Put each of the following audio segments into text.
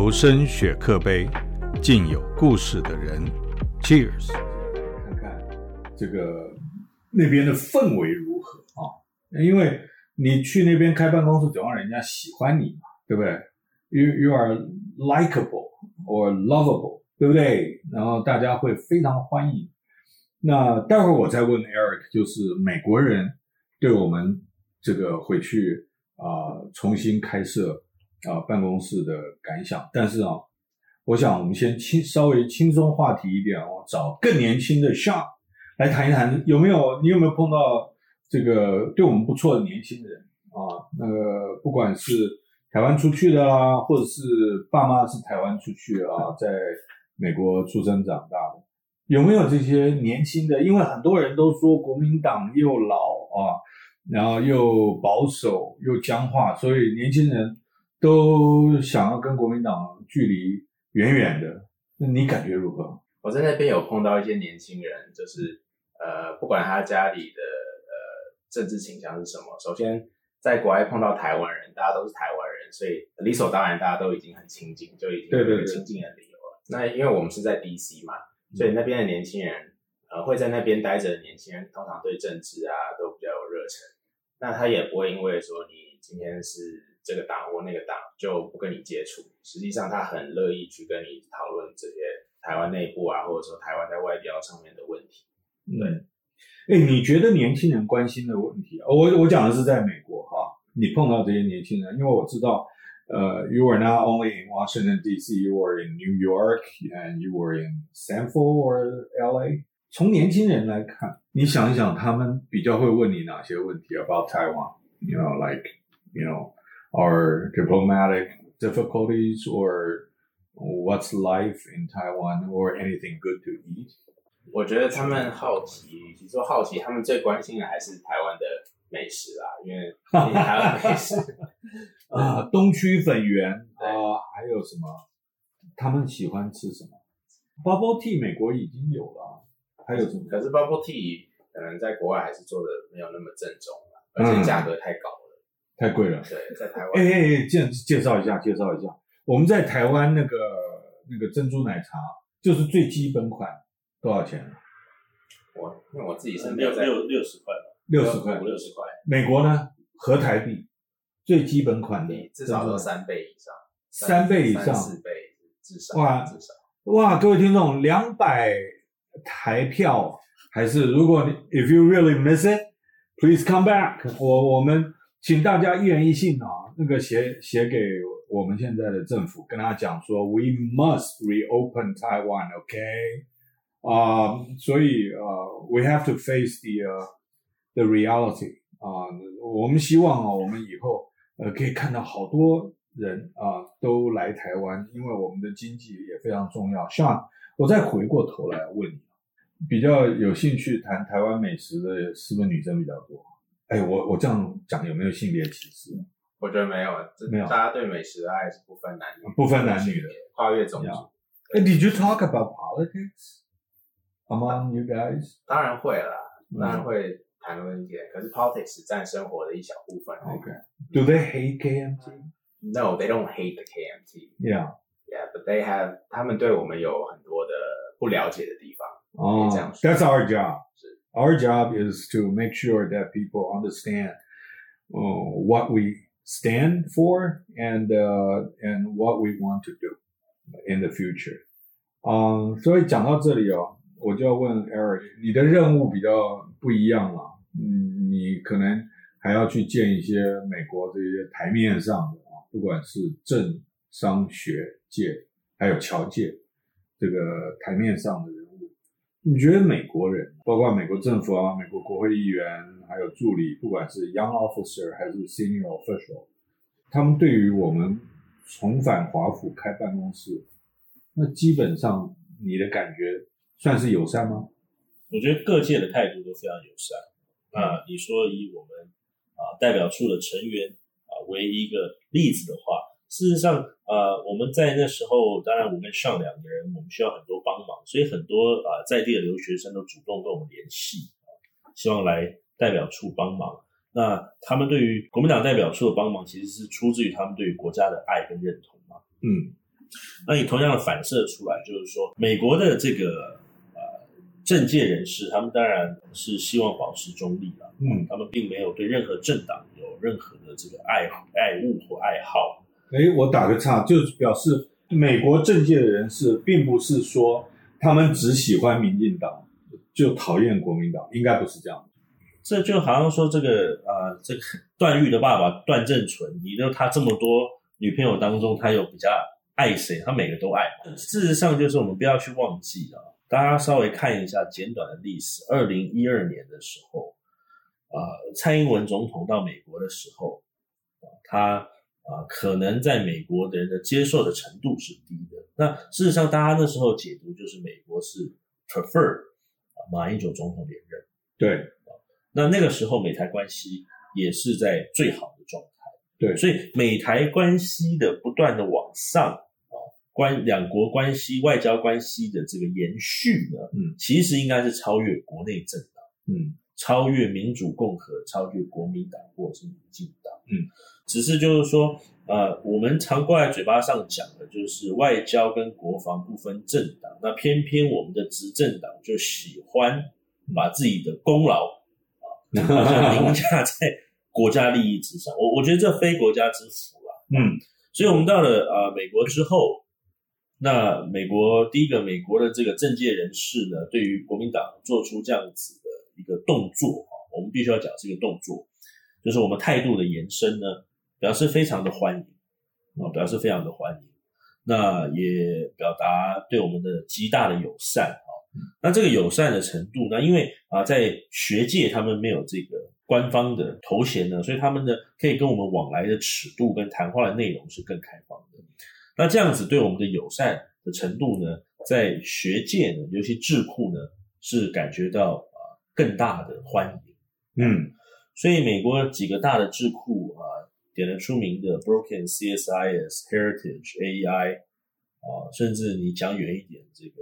求生雪克杯，敬有故事的人。Cheers！ 看看这个那边的氛围如何啊？因为你去那边开办公室，总要人家喜欢你嘛，对不对？You are likable or lovable， 对不对？然后大家会非常欢迎。那待会儿我再问 Eric， 就是美国人对我们这个回去重新开设办公室的感想。但是我想我们先稍微轻松话题一点找更年轻的 Sean 来谈一谈，你有没有碰到这个对我们不错的年轻人那个不管是台湾出去的啦，或者是爸妈是台湾出去的在美国出生长大的，有没有这些年轻的？因为很多人都说国民党又老然后又保守又僵化，所以年轻人都想要跟国民党距离远远的。那你感觉如何？ 我在那边有碰到一些年轻人，就是不管他家里的政治倾向是什么，首先在国外碰到台湾人，大家都是台湾人，所以理所当然大家都已经很亲近，就已经有亲近的理由了。那因为我们是在 DC 嘛，所以那边的年轻人会在那边待着的年轻人通常对政治都比较有热忱，那他也不会因为说你今天是这个党或那个党就不跟你接触，实际上他很乐意去跟你讨论这些台湾内部或者说台湾在外交上面的问题。 对，你觉得年轻人关心的问题我讲的是在美国你碰到这些年轻人，因为我知道you were not only in Washington D.C., you were in New York and you were in San Francisco or L.A. 从年轻人来看，你想一想他们比较会问你哪些问题 about Taiwan? Our diplomatic difficulties or what's life in Taiwan or anything good to eat? 我觉得他们好奇，其实说好奇，他们最关心的还是台湾的美食因为台湾美食东区粉圆还有什么？他们喜欢吃什么 ？Bubble tea 美国已经有了，还有什么？ 可是 Bubble tea 可能在国外还是做的没有那么正宗而且价格太高了， 太贵了。 对，在台湾。 介绍一下。我们在台湾那个珍珠奶茶就是最基本款多少钱？ 因为我自己是 60块吧 ，60块。美国呢？合台币最基本款的至少都3倍以上 ，3倍以上 ，4倍至少。 哇，各位听众，200台票还是如果if you really miss it, please come back。我们请大家一人一信那个写给我们现在的政府，跟他讲说 we must reopen Taiwan, okay？ 所以we have to face the reality。我们希望我们以后可以看到好多人都来台湾，因为我们的经济也非常重要。Sean，我再回过头来问你，比较有兴趣谈台湾美食的是不是女生比较多？我这样讲有没有性别歧视？ 我觉得没有，大家对美食的爱是不分男女的，跨越种族。 Did you talk about politics among you guys？ 当然会啦，当然会谈论一点，可是 politics 占生活的一小部分。 Okay. Do they hate KMT? No, they don't hate the KMT. Yeah, but 他们对我们有很多的不了解的地方。 That's our job. Our job is to make sure that people understand what we stand for and what we want to do in the future. 所以讲到这里我就要问 Eric， 你的任务比较不一样了。你可能还要去见一些美国这些台面上的不管是政商学界还有侨界这个台面上的人物，你觉得美国人，包括美国政府美国国会议员还有助理，不管是 young officer 还是 senior official， 他们对于我们重返华府开办公室，那基本上你的感觉算是友善吗？ 我觉得各界的态度都非常友善。你说以我们代表处的成员为一个例子的话，事实上我们在那时候，当然我跟Sean2个人，我们需要很多帮忙，所以很多在地的留学生都主动跟我们联系，希望来代表处帮忙。那他们对于国民党代表处的帮忙，其实是出自于他们对于国家的爱跟认同嘛。 那你同样的反射出来，就是说美国的这个政界人士，他们当然是希望保持中立了，他们并没有对任何政党有任何的这个爱恶或爱好。 我打个岔，就是表示美国政界的人士并不是说他们只喜欢民进党就讨厌国民党，应该不是这样。 这就好像说这个段誉的爸爸段正淳，你知道他这么多女朋友当中，他有比较爱谁？他每个都爱。事实上，就是我们不要去忘记啊，大家稍微看一下简短的历史。2012年的时候，蔡英文总统到美国的时候，他可能在美国的人的接受的程度是低的。那事实上，大家那时候解读就是美国是 prefer 马英九总统连任。 对。 那个时候美台关系也是在最好的状态。 对， 所以美台关系的不断的往上两国关系、外交关系的这个延续呢，其实应该是超越国内政党，超越民主共和，超越国民党或者是民进党，只是就是说，我们常挂在嘴巴上讲的就是外交跟国防不分政党，那偏偏我们的执政党就喜欢把自己的功劳好像凌驾在国家利益之上，我觉得这非国家之福啦。所以我们到了美国之后，那美国第一个，美国的这个政界人士呢，对于国民党做出这样子的一个动作，我们必须要讲这个动作，就是我们态度的延伸呢，表示非常的欢迎，表示非常的欢迎，那也表达对我们的极大的友善。那这个友善的程度呢，因为在学界他们没有这个官方的头衔呢，所以他们呢可以跟我们往来的尺度跟谈话的内容是更开放的。那这样子对我们的友善的程度呢，在学界呢，尤其智库呢，是感觉到更大的欢迎。所以美国几个大的智库点得出名的 Brookings、CSIS、Heritage、AEI 甚至你讲远一点，这个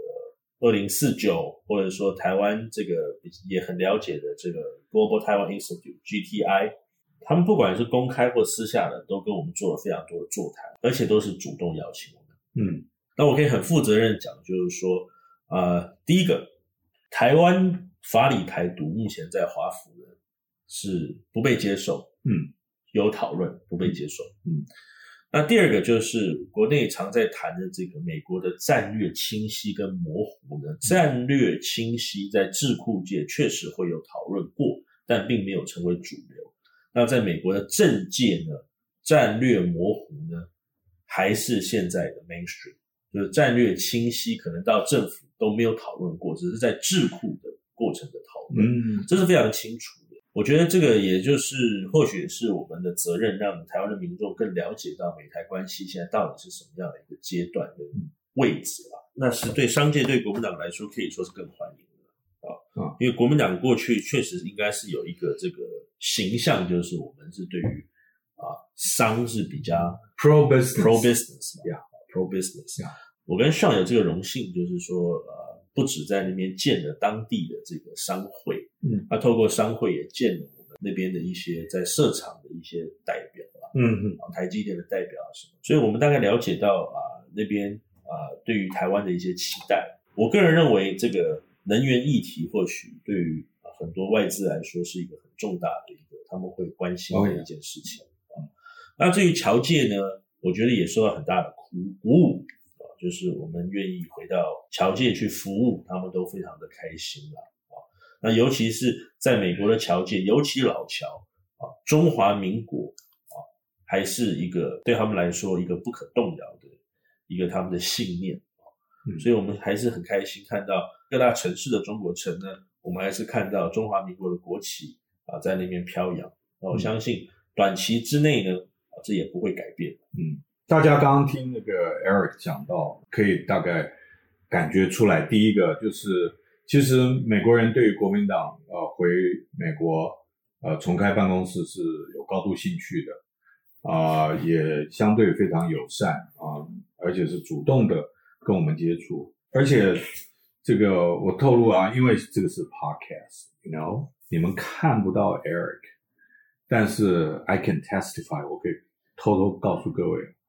2049，或者说台湾这个也很了解的这个 Global Taiwan Institute、GTI， 他们不管是公开或私下的，都跟我们做了非常多的座谈，而且都是主动邀请我们。那我可以很负责任讲，就是说，第一个，台湾法理台独目前在华府呢是不被接受，有讨论不被接受。那第二个就是国内常在谈的这个美国的战略清晰跟模糊呢，战略清晰在智库界确实会有讨论过，但并没有成为主流。那在美国的政界呢，战略模糊呢还是现在的 mainstream， 就是战略清晰可能到政府都没有讨论过，只是在智库的过程的讨论，这是非常清楚的。我觉得这个也就是或许是我们的责任，让台湾的民众更了解到美台关系现在到底是什么样的一个阶段跟位置啦。那是对商界对国民党来说可以说是更欢迎的因为国民党过去确实应该是有一个这个形象，就是我们是对于商是比较 pro business pro business。我跟Sean有这个荣幸，就是说不止在那边建了当地的这个商会，他透过商会也建了我们那边的一些在设厂的一些代表台积电的代表什么，所以我们大概了解到那边对于台湾的一些期待。我个人认为这个能源议题或许对于很多外资来说是一个很重大的一个他们会关心的一件事情。那至于侨界呢，我觉得也受到很大的鼓舞，就是我们愿意回到侨界去服务，他们都非常的开心啦。那尤其是在美国的侨界，尤其老侨中华民国还是一个对他们来说一个不可动摇的一个他们的信念。所以我们还是很开心看到各大城市的中国城呢，我们还是看到中华民国的国旗在那边飘扬。那我相信短期之内呢这也不会改变。 大家刚刚听那个 Eric 讲到，可以大概感觉出来，第一个就是其实美国人对于国民党回美国重开办公室是有高度兴趣的，也相对非常友善而且是主动的跟我们接触。而且这个我透露因为这个是 podcast you know 你们看不到 Eric， 但是 I can testify， 我可以偷偷告诉各位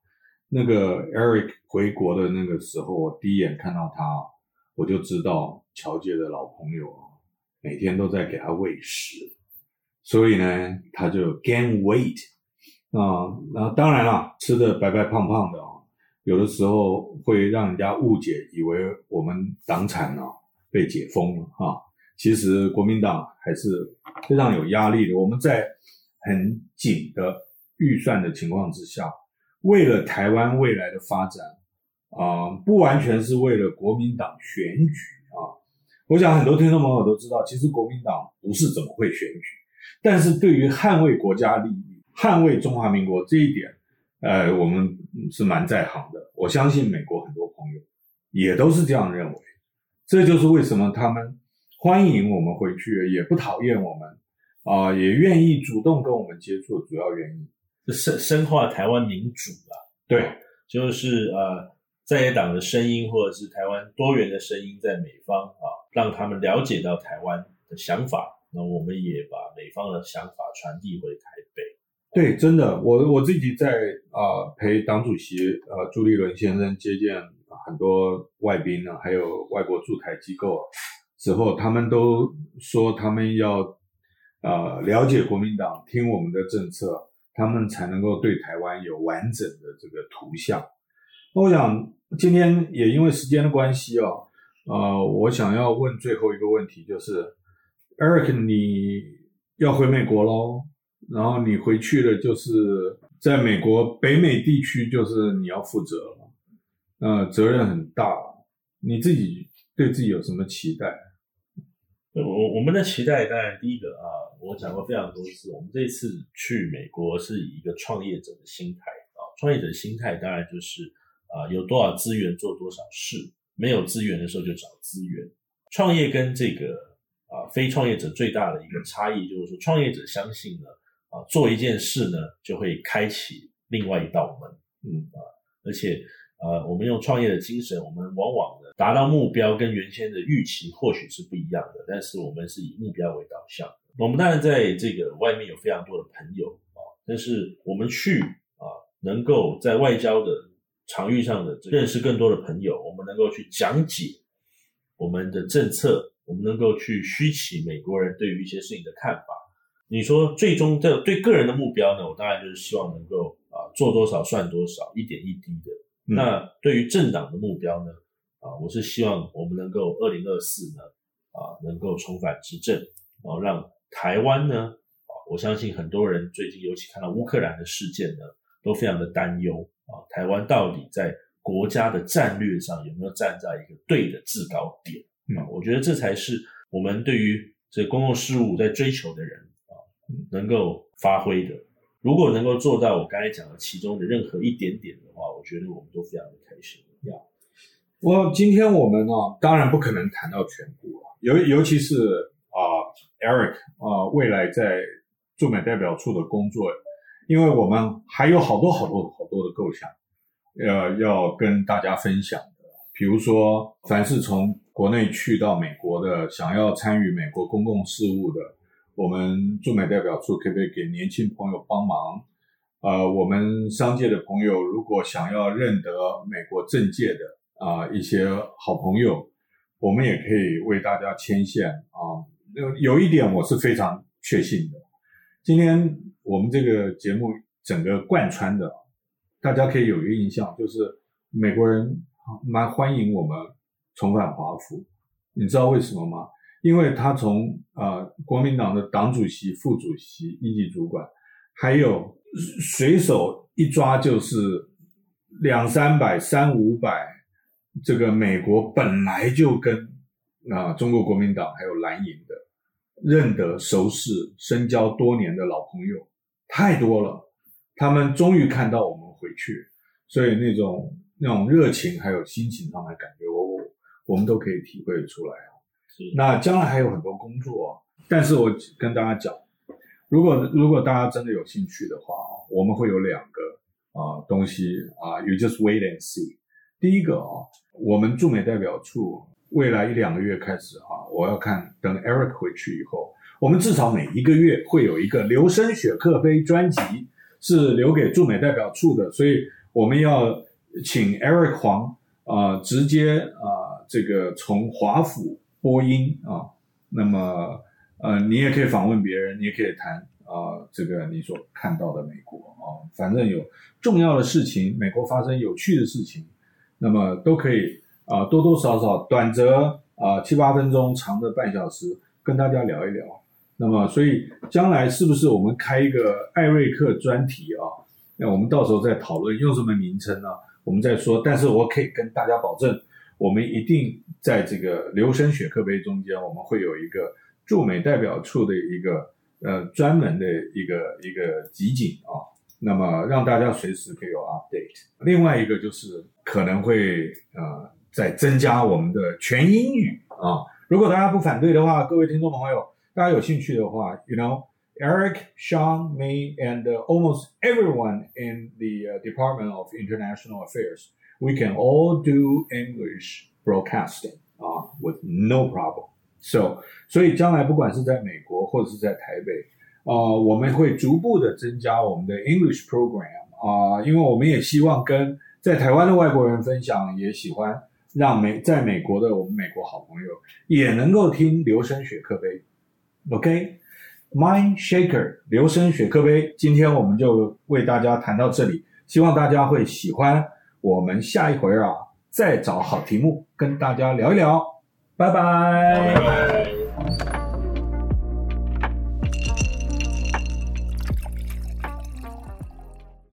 那个 Eric 回国的那个时候，我第一眼看到他，我就知道侨界的老朋友每天都在给他喂食，所以呢，他就 gain weight 然后当然了，吃的白白胖胖的有的时候会让人家误解，以为我们党产被解封了其实国民党还是非常有压力的。我们在很紧的预算的情况之下，为了台湾未来的发展不完全是为了国民党选举我想很多听众朋友都知道，其实国民党不是怎么会选举，但是对于捍卫国家利益、捍卫中华民国这一点我们是蛮在行的。我相信美国很多朋友也都是这样认为，这就是为什么他们欢迎我们回去，也不讨厌我们也愿意主动跟我们接触的主要原因。 深化台湾民主对， 就是在野党的声音或者是台湾多元的声音在美方让他们了解到台湾的想法，那我们也把美方的想法传递回台北。 对，真的，我自己在陪党主席朱立伦先生接见很多外宾还有外国驻台机构之后，他们都说他们要了解国民党，听我们的政策，他们才能够对台湾有完整的这个图像。那我想今天也因为时间的关系我想要问最后一个问题，就是 Eric 你要回美国咯，然后你回去了，就是在美国北美地区，就是你要负责了责任很大，你自己对自己有什么期待？ 我们的期待当然第一个我讲过非常多次，我们这次去美国是以一个创业者的心态创业者的心态当然就是有多少资源做多少事，没有资源的时候就找资源。创业跟这个非创业者最大的一个差异就是说，创业者相信呢做一件事呢就会开启另外一道门而且我们用创业的精神，我们往往呢达到目标跟原先的预期或许是不一样的，但是我们是以目标为导向。我们当然在这个外面有非常多的朋友但是我们去能够在外交的场域上的认识更多的朋友，我们能够去讲解我们的政策，我们能够去虚起美国人对于一些事情的看法。你说最终对个人的目标呢，我当然就是希望能够做多少算多少，一点一滴的。那对于政党的目标呢我是希望我们能够2024呢能够重返执政让台湾呢我相信很多人最近尤其看到乌克兰的事件呢都非常的担忧台湾到底在国家的战略上有没有站在一个对的制高点我觉得这才是我们对于这个公共事务在追求的人能够发挥的。如果能够做到我刚才讲的其中的任何一点点的话，我觉得我们都非常的开心。 今天我们当然不可能谈到全部尤其是Eric 未来在驻美代表处的工作，因为我们还有好多的构想要跟大家分享的。比如说凡是从国内去到美国的，想要参与美国公共事务的，我们驻美代表处可不可以给年轻朋友帮忙？我们商界的朋友如果想要认得美国政界的一些好朋友，我们也可以为大家牵线有一点我是非常确信的，今天我们这个节目整个贯穿的，大家可以有一个印象，就是美国人蛮欢迎我们重返华府。你知道为什么吗？因为他从国民党的党主席、副主席、一级主管，还有随手一抓就是200-300、300-500，这个美国本来就跟中国国民党还有蓝营的认得熟识深交多年的老朋友太多了，他们终于看到我们回去，所以那种热情还有心情上的感觉我们都可以体会出来那将来还有很多工作但是我跟大家讲，如果大家真的有兴趣的话我们会有2个东西you just wait and see。 第一个我们驻美代表处未来1-2个月开始我要看等 Eric 回去以后，我们至少每1个月会有一个留声雪克杯专辑是留给驻美代表处的，所以我们要请 Eric 黄直接这个从华府播音那么你也可以访问别人，你也可以谈这个你所看到的美国反正有重要的事情，美国发生有趣的事情，那么都可以多多少少短则7-8分钟，长的半小时跟大家聊一聊。那么所以将来是不是我们开一个艾瑞克专题那我们到时候再讨论用什么名称我们再说。但是我可以跟大家保证，我们一定在这个留声雪克杯中间，我们会有一个驻美代表处的一个专门的一个集锦那么让大家随时可以有 update。另外一个就是可能会再增加我们的全英语如果大家不反对的话，各位听众朋友，大家有兴趣的话 you know Eric, Sean, me, and almost everyone in the Department of International Affairs, we can all do English broadcasting with no problem. So 以将来不管是在美国或者是在台北我们会逐步的增加我们的 English program 因为我们也希望跟在台湾的外国人分享，也喜欢让在美国的我们美国好朋友也能够听留声雪克杯。 OK， Mind Shaker 留声雪克杯，今天我们就为大家谈到这里，希望大家会喜欢。我们下一回再找好题目跟大家聊一聊。拜拜。